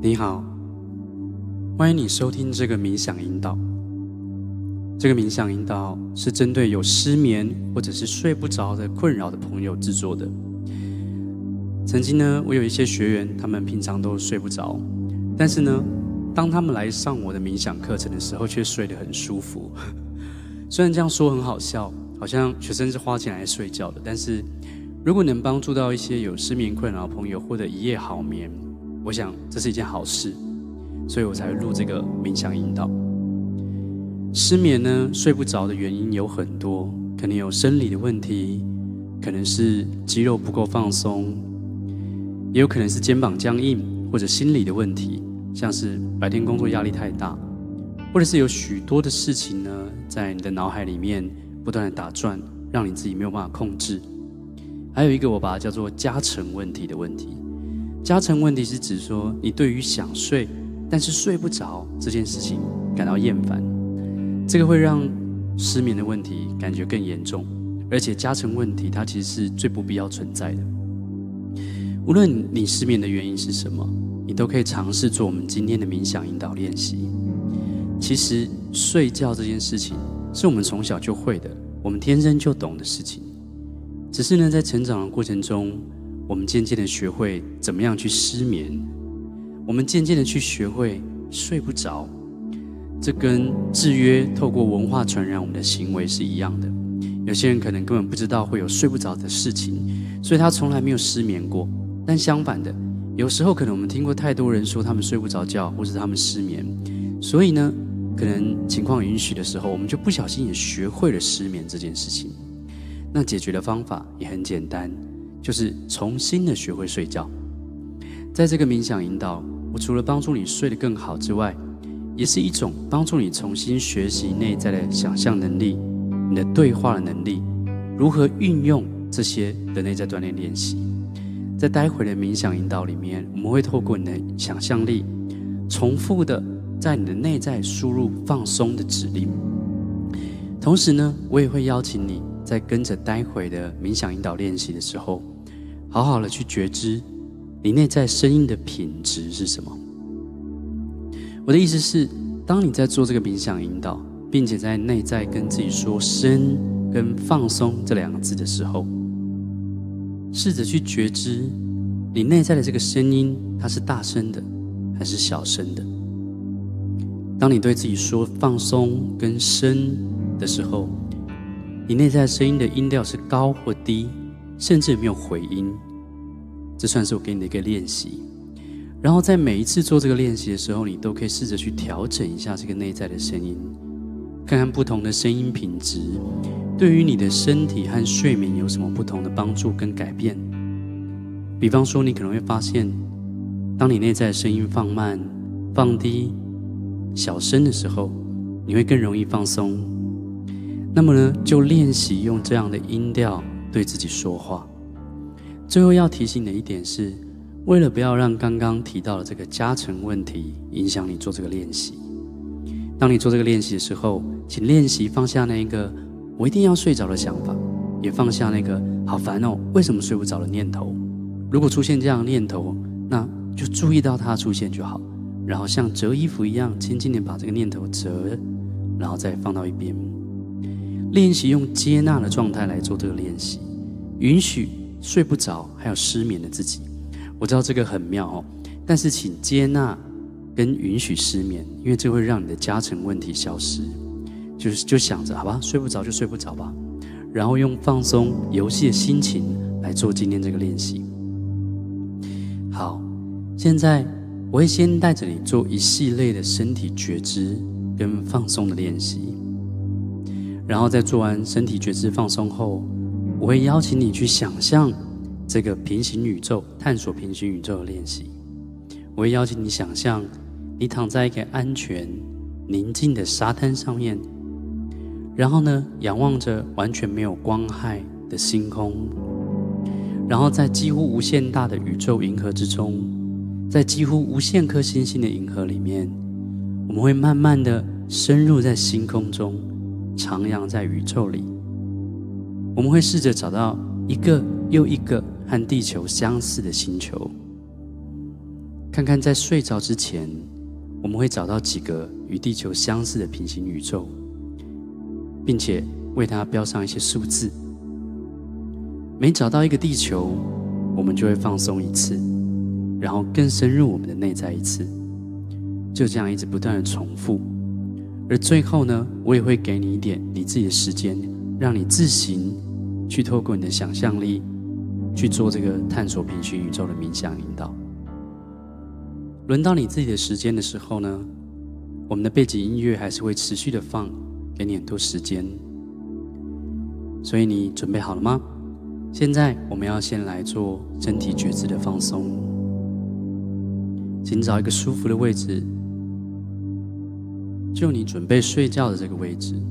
你好，欢迎你收听这个冥想引导。这个冥想引导是针对有失眠或者是睡不着的困扰的朋友制作的。曾经呢，我有一些学员，他们平常都睡不着，但是呢，当他们来上我的冥想课程的时候，却睡得很舒服。虽然这样说很好笑，好像学生是花钱来睡觉的，但是如果能帮助到一些有失眠困扰的朋友获得一夜好眠，我想这是一件好事，所以我才会录这个冥想引导。失眠呢，睡不着的原因有很多，可能有生理的问题，可能是肌肉不够放松，也有可能是肩膀僵硬，或者心理的问题，像是白天工作压力太大，或者是有许多的事情呢，在你的脑海里面不断的打转，让你自己没有办法控制。还有一个我把它叫做加成问题的问题。加成问题是指说，你对于想睡但是睡不着这件事情感到厌烦，这个会让失眠的问题感觉更严重，而且加成问题它其实是最不必要存在的。无论你失眠的原因是什么，你都可以尝试做我们今天的冥想引导练习。其实睡觉这件事情是我们从小就会的，我们天生就懂的事情，只是呢，在成长的过程中，我们渐渐的学会怎么样去失眠，我们渐渐的去学会睡不着。这跟制约透过文化传染我们的行为是一样的。有些人可能根本不知道会有睡不着的事情，所以他从来没有失眠过。但相反的，有时候可能我们听过太多人说他们睡不着觉，或是他们失眠，所以呢，可能情况允许的时候，我们就不小心也学会了失眠这件事情。那解决的方法也很简单，就是重新的学会睡觉。在这个冥想引导，我除了帮助你睡得更好之外，也是一种帮助你重新学习内在的想象能力，你的对话的能力，如何运用这些的内在锻炼练习。在待会的冥想引导里面，我们会透过你的想象力，重复的在你的内在输入放松的指令。同时呢，我也会邀请你在跟着待会的冥想引导练习的时候，好好的去觉知你内在声音的品质是什么。我的意思是，当你在做这个冥想引导，并且在内在跟自己说深跟放松这两个字的时候，试着去觉知你内在的这个声音，它是大声的还是小声的。当你对自己说放松跟深的时候，你内在声音的音调是高或低，甚至没有回音。这算是我给你的一个练习。然后在每一次做这个练习的时候，你都可以试着去调整一下这个内在的声音，看看不同的声音品质对于你的身体和睡眠有什么不同的帮助跟改变。比方说，你可能会发现，当你内在的声音放慢、放低、小声的时候，你会更容易放松。那么呢，就练习用这样的音调对自己说话。最后要提醒的一点是，为了不要让刚刚提到的这个加成问题影响你做这个练习，当你做这个练习的时候，请练习放下那一个我一定要睡着的想法，也放下那个好烦哦，为什么睡不着的念头。如果出现这样的念头，那就注意到它出现就好，然后像折衣服一样轻轻地把这个念头折，然后再放到一边。练习用接纳的状态来做这个练习，允许睡不着还有失眠的自己。我知道这个很妙哦，但是请接纳跟允许失眠，因为这会让你的加成问题消失。就想着好吧，睡不着就睡不着吧，然后用放松游戏的心情来做今天这个练习。好，现在我会先带着你做一系列的身体觉知跟放松的练习，然后在做完身体觉知放松后，我会邀请你去想象这个平行宇宙，探索平行宇宙的练习。我会邀请你想象你躺在一个安全宁静的沙滩上面，然后呢，仰望着完全没有光害的星空，然后在几乎无限大的宇宙银河之中，在几乎无限颗星星的银河里面，我们会慢慢的深入在星空中，徜徉在宇宙里。我们会试着找到一个又一个和地球相似的星球， 看看在睡着之前，我们会找到几个与地球相似的平行宇宙，并且为它标上一些数字。每找到一个地球，我们就会放松一次，然后更深入我们的内在一次，就这样一直不断的重复。而最后呢，我也会给你一点你自己的时间，让你自行去透过你的想象力去做这个探索平行宇宙的冥想引导。轮到你自己的时间的时候呢，我们的背景音乐还是会持续的放，给你很多时间。所以你准备好了吗？现在我们要先来做身体觉知的放松，请找一个舒服的位置，就你准备睡觉的这个位置，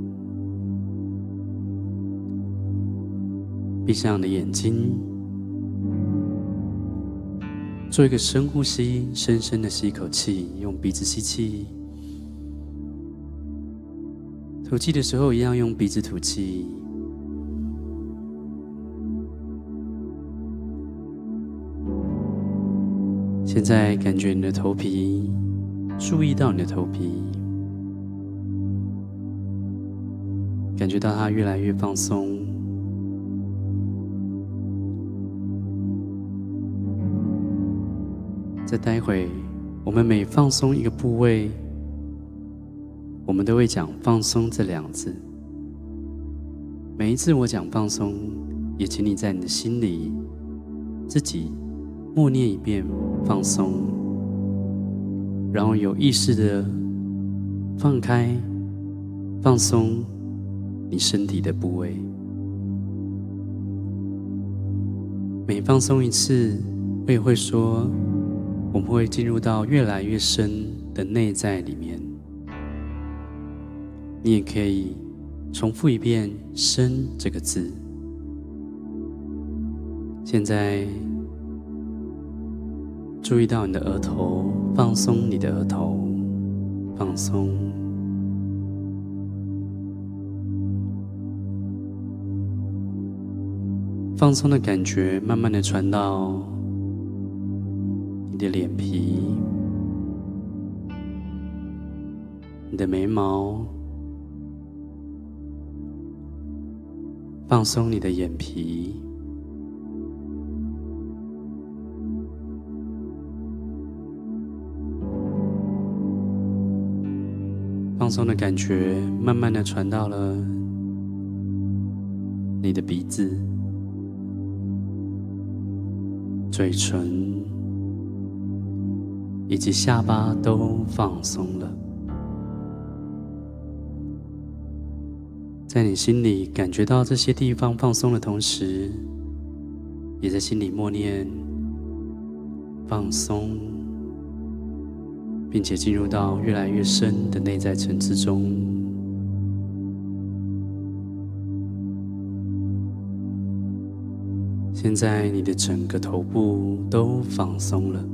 闭上你的眼睛，做一个深呼吸，深深的吸一口气，用鼻子吸气，吐气的时候一样用鼻子吐气。现在感觉你的头皮，注意到你的头皮，感觉到它越来越放松。再待会，我们每放松一个部位，我们都会讲放松这两字。每一次我讲放松，也请你在你的心里自己默念一遍放松，然后有意识的放开、放松你身体的部位。每放松一次，我也会说，我们会进入到越来越深的内在里面。你也可以重复一遍“深”这个字。现在注意到你的额头，放松你的额头，放松。放松的感觉慢慢的传到你的脸皮、你的眉毛，放松你的眼皮，放松的感觉慢慢的传到了你的鼻子、嘴唇以及下巴都放松了。在你心里感觉到这些地方放松的同时，也在心里默念放松，并且进入到越来越深的内在层次中。现在你的整个头部都放松了。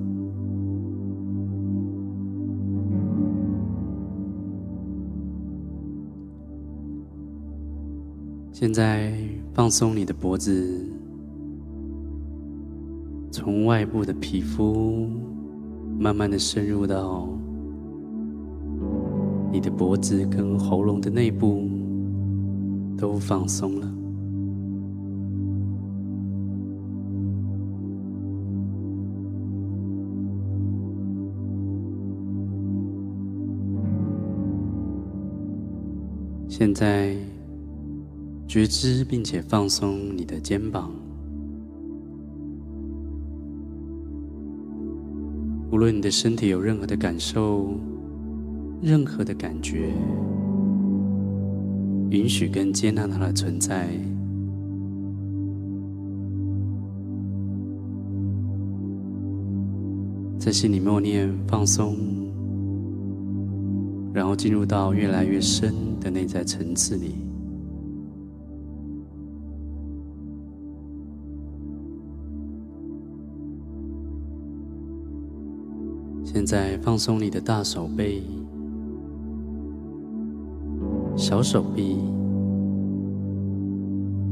现在放松你的脖子，从外部的皮肤慢慢的深入到你的脖子跟喉咙的内部，都放松了。现在觉知并且放松你的肩膀，无论你的身体有任何的感受、任何的感觉，允许跟接纳它的存在。在心里默念放松，然后进入到越来越深的内在层次里。现在放松你的大手背、小手臂，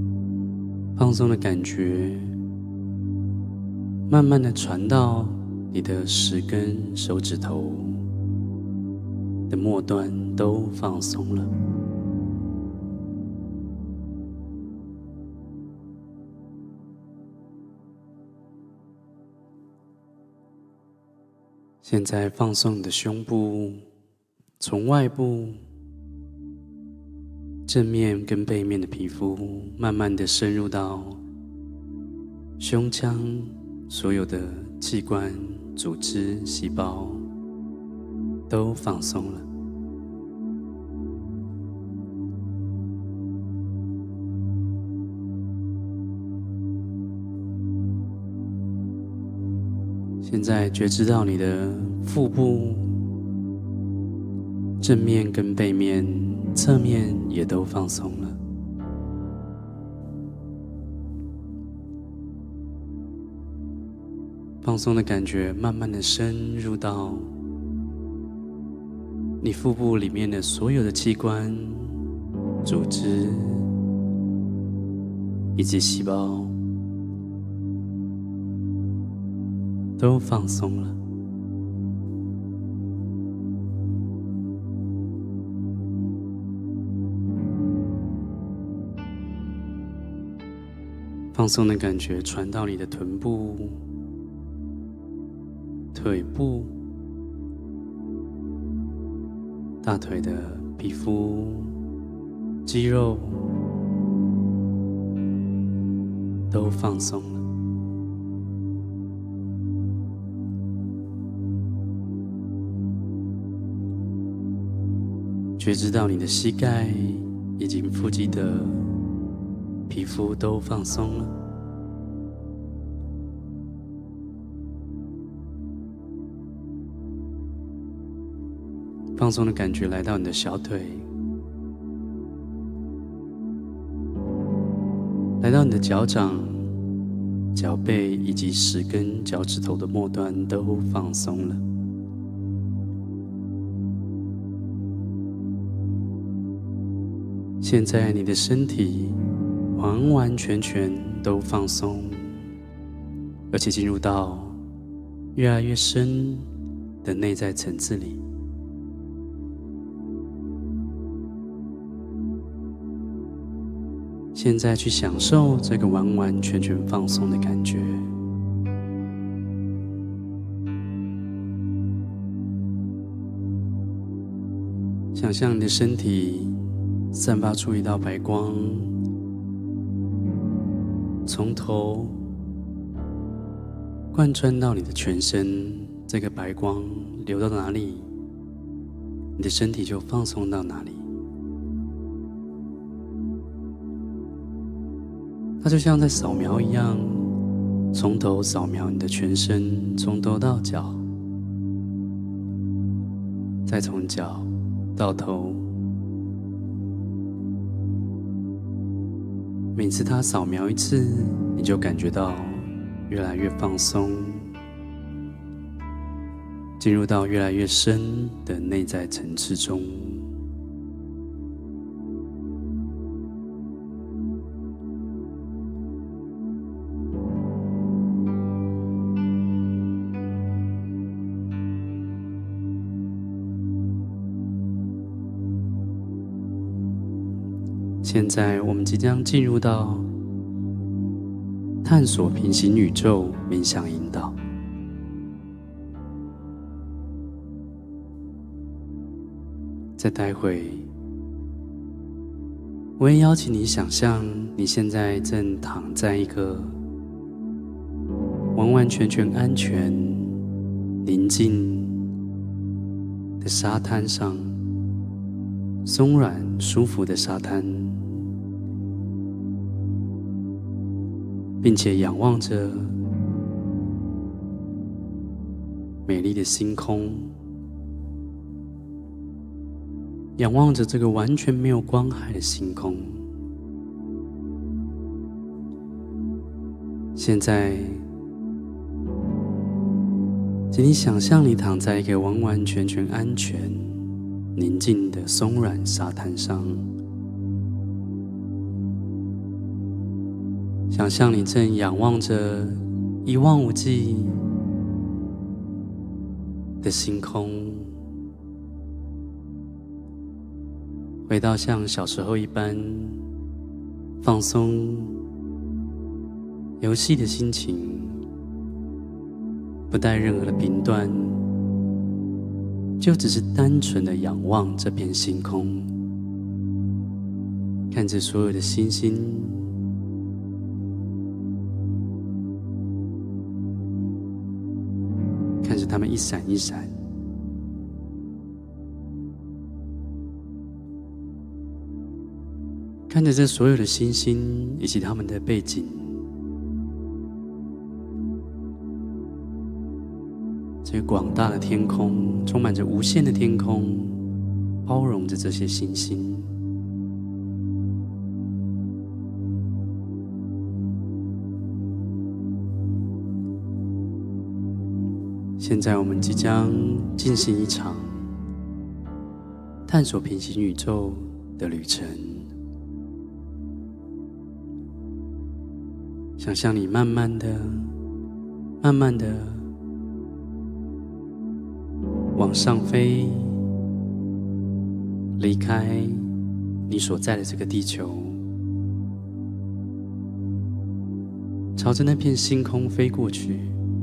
放松的感觉慢慢的传到你的10根手指头的末端都放松了。现在放松你的胸部，从外部、正面跟背面的皮肤，慢慢的深入到胸腔，所有的器官、组织、细胞都放松了。现在觉知到你的腹部，正面跟背面、侧面也都放松了。放松的感觉慢慢的深入到你腹部里面的所有的器官、组织以及细胞都放松了。放松的感觉传到你的臀部、腿部、大腿的皮肤、肌肉都放松了。觉知到你的膝盖以及腹肌的皮肤都放松了。放松的感觉来到你的小腿，来到你的脚掌、脚背以及10根脚趾头的末端都放松了。现在你的身体完完全全都放松，而且进入到越来越深的内在层次里。现在去享受这个完完全全放松的感觉。想象你的身体散发出一道白光，从头贯穿到你的全身，这个白光流到哪里，你的身体就放松到哪里。它就像在扫描一样，从头扫描你的全身，从头到脚，再从脚到头。每次它扫描一次，你就感觉到越来越放松，进入到越来越深的内在层次中。现在我们即将进入到探索平行宇宙冥想引导。在待会，我也邀请你想象你现在正躺在一个完完全全安全、宁静的沙滩上，松软舒服的沙滩，并且仰望着美丽的星空，仰望着这个完全没有光害的星空。现在，请你想象你躺在一个完完全全安全、宁静的松软沙滩上，想象你正仰望着一望无际、 的星空，回到像小时候一般放松游戏的心情，不带任何的评断，就只是单纯的仰望这片星空，看着所有的星星，看着它们一闪一闪，看着这所有的星星以及它们的背景，这个广大的天空，充满着无限的天空，包容着这些星星。现在我们即将进行一场探索平行宇宙的旅程。想象你慢慢的往上飞，离开你所在的这个地球，朝着那片星空飞过去。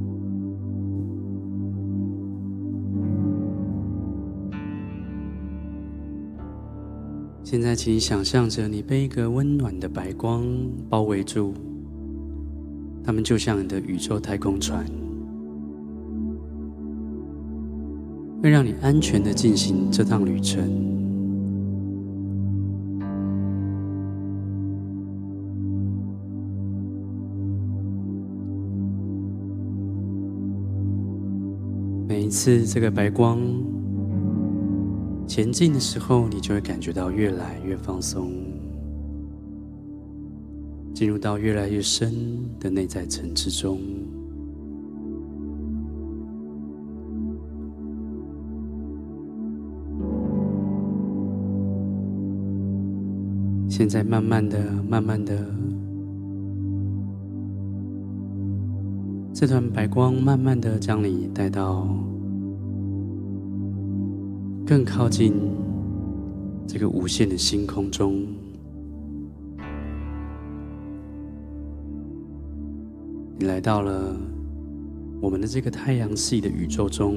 现在请你想象着你被一个温暖的白光包围住，它们就像你的宇宙太空船，会让你安全地进行这趟旅程。每一次这个白光前进的时候，你就会感觉到越来越放松，进入到越来越深的内在层次中。现在慢慢的，这团白光慢慢的将你带到更靠近这个无限的星空中。你来到了我们的这个太阳系的宇宙中。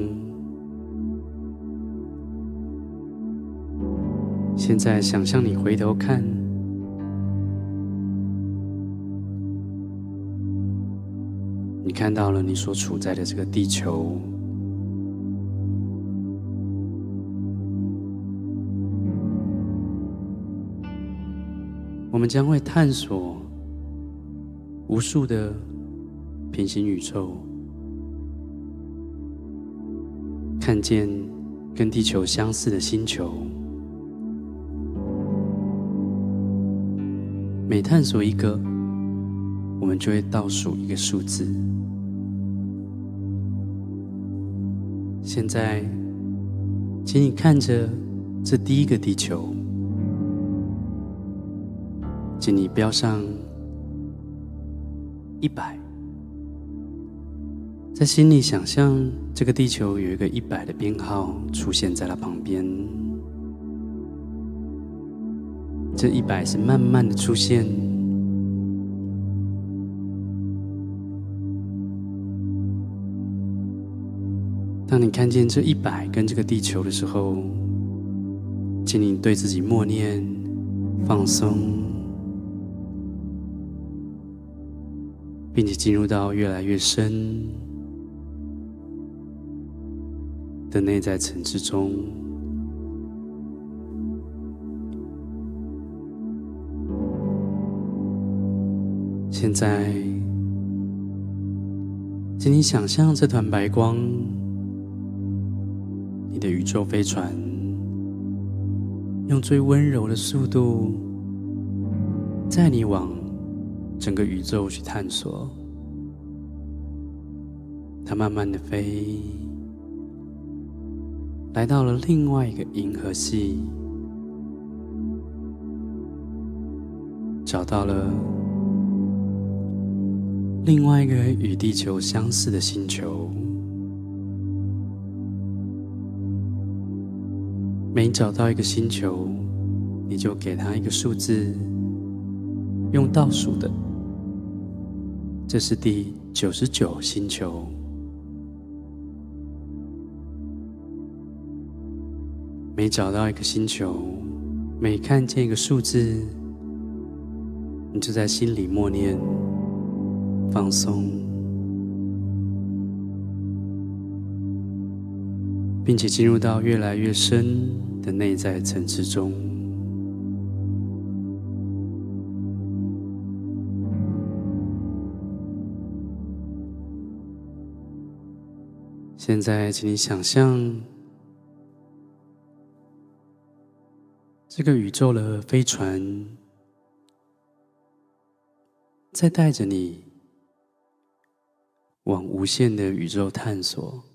现在想象你回头看，你看到了你所处在的这个地球。我们将会探索无数的平行宇宙，看见跟地球相似的星球。每探索一个，我们就会倒数一个数字。现在，请你看着这第一个地球，请你标上100，在心里想象这个地球有一个100的编号出现在它旁边。这100是慢慢的出现，当你看见这100跟这个地球的时候，请你对自己默念放松，并且进入到越来越深的内在层次中。现在，请你想象这团白光，你的宇宙飞船，用最温柔的速度，载你往整个宇宙去探索。它慢慢的飞，来到了另外一个银河系，找到了另外一个与地球相似的星球。 每找到一个星球，你就给它一个数字，用倒数的，这是第99星球。每找到一个星球，每看见一个数字，你就在心里默念放松，并且进入到越来越深的内在层次中。现在请你想象这个宇宙的飞船在带着你往无限的宇宙探索，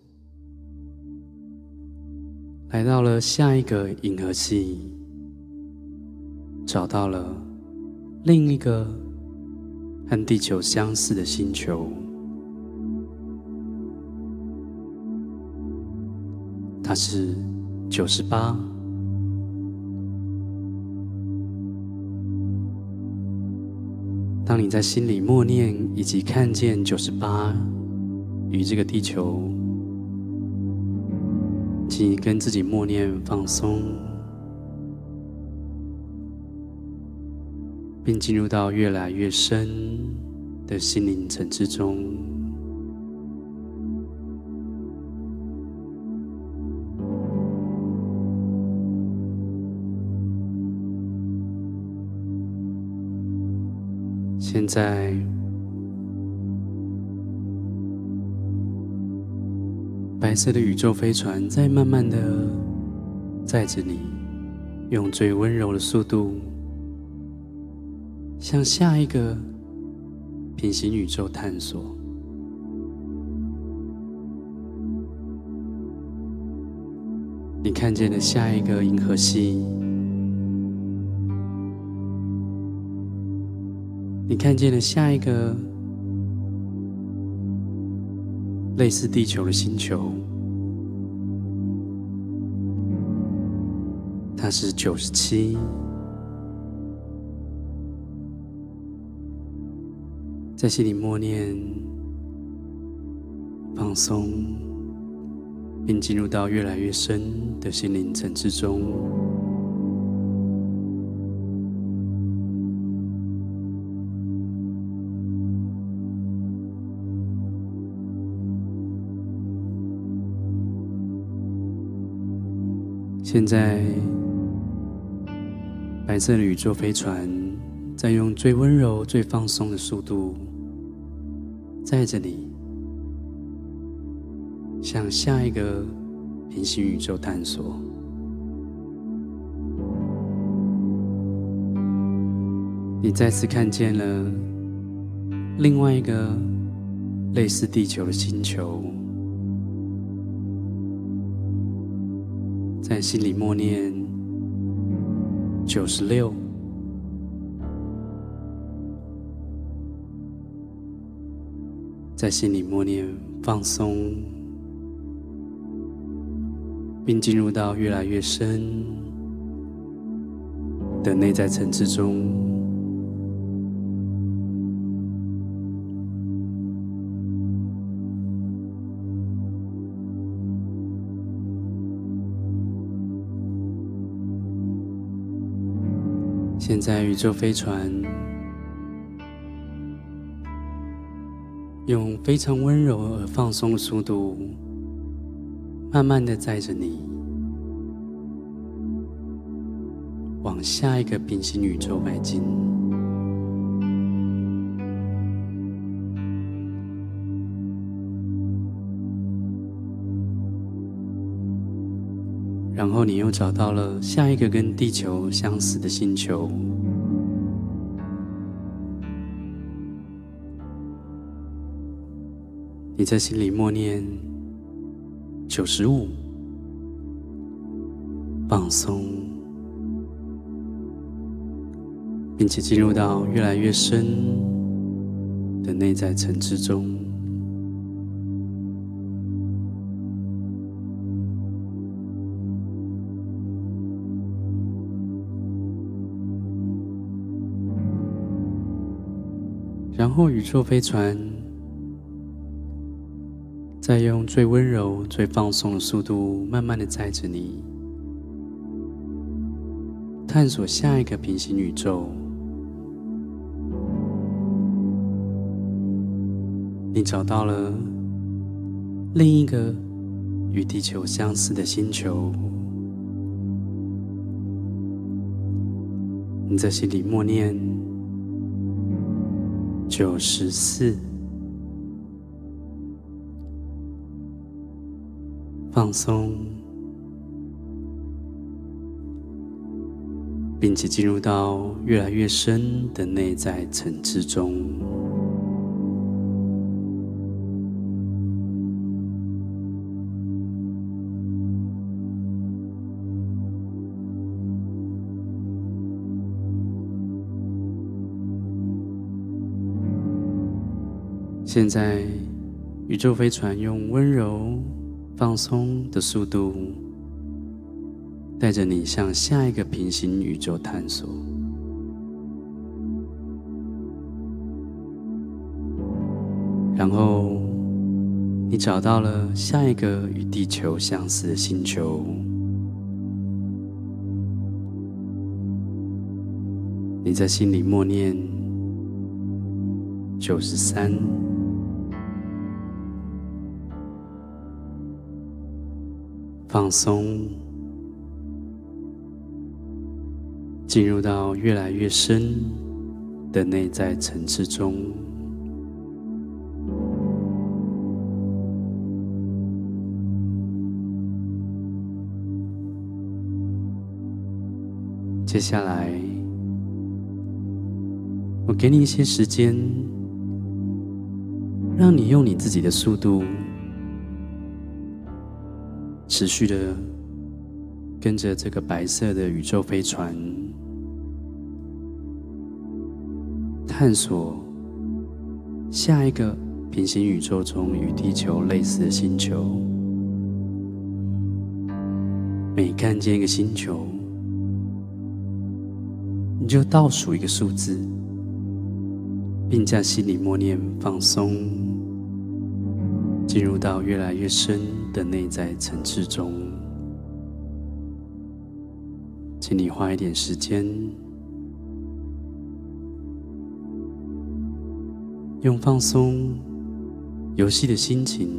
来到了下一个银河系，找到了另一个和地球相似的星球，它是98。当你在心里默念以及看见98与这个地球，请你跟自己默念放松，并进入到越来越深的心灵层次中。现在，白色的宇宙飞船在慢慢的载着你，用最温柔的速度向下一个平行宇宙探索。你看见了下一个银河系，你看见了下一个类似地球的星球，它是97。在心里默念放松，并进入到越来越深的心灵层次中。现在，白色的宇宙飞船在用最温柔、最放松的速度载着你，向下一个平行宇宙探索。你再次看见了另外一个类似地球的星球，在心里默念96，在心里默念放松，并进入到越来越深的内在层次中。现在宇宙飞船用非常温柔而放松的速度，慢慢的载着你往下一个平行宇宙迈进。然后你又找到了下一个跟地球相似的星球，你在心里默念95，放松，并且进入到越来越深的内在层次中。 然后宇宙飞船再用最温柔、最放松的速度，慢慢的载着你，探索下一个平行宇宙。你找到了另一个与地球相似的星球，你在心里默念94，放松，并且进入到越来越深的内在层次中。现在，宇宙飞船用温柔、放松的速度，带着你向下一个平行宇宙探索。然后，你找到了下一个与地球相似的星球。你在心里默念93。放松，进入到越来越深的内在层次中。接下来，我给你一些时间，让你用你自己的速度持续的跟着这个白色的宇宙飞船，探索下一个平行宇宙中与地球类似的星球。每看见一个星球，你就倒数一个数字，并在心里默念放松，进入到越来越深的内在层次中。请你花一点时间，用放松、游戏的心情，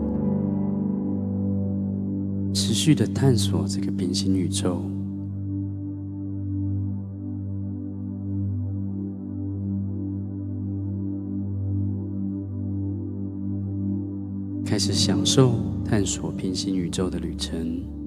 持续的探索这个平行宇宙。开始享受探索平行宇宙的旅程。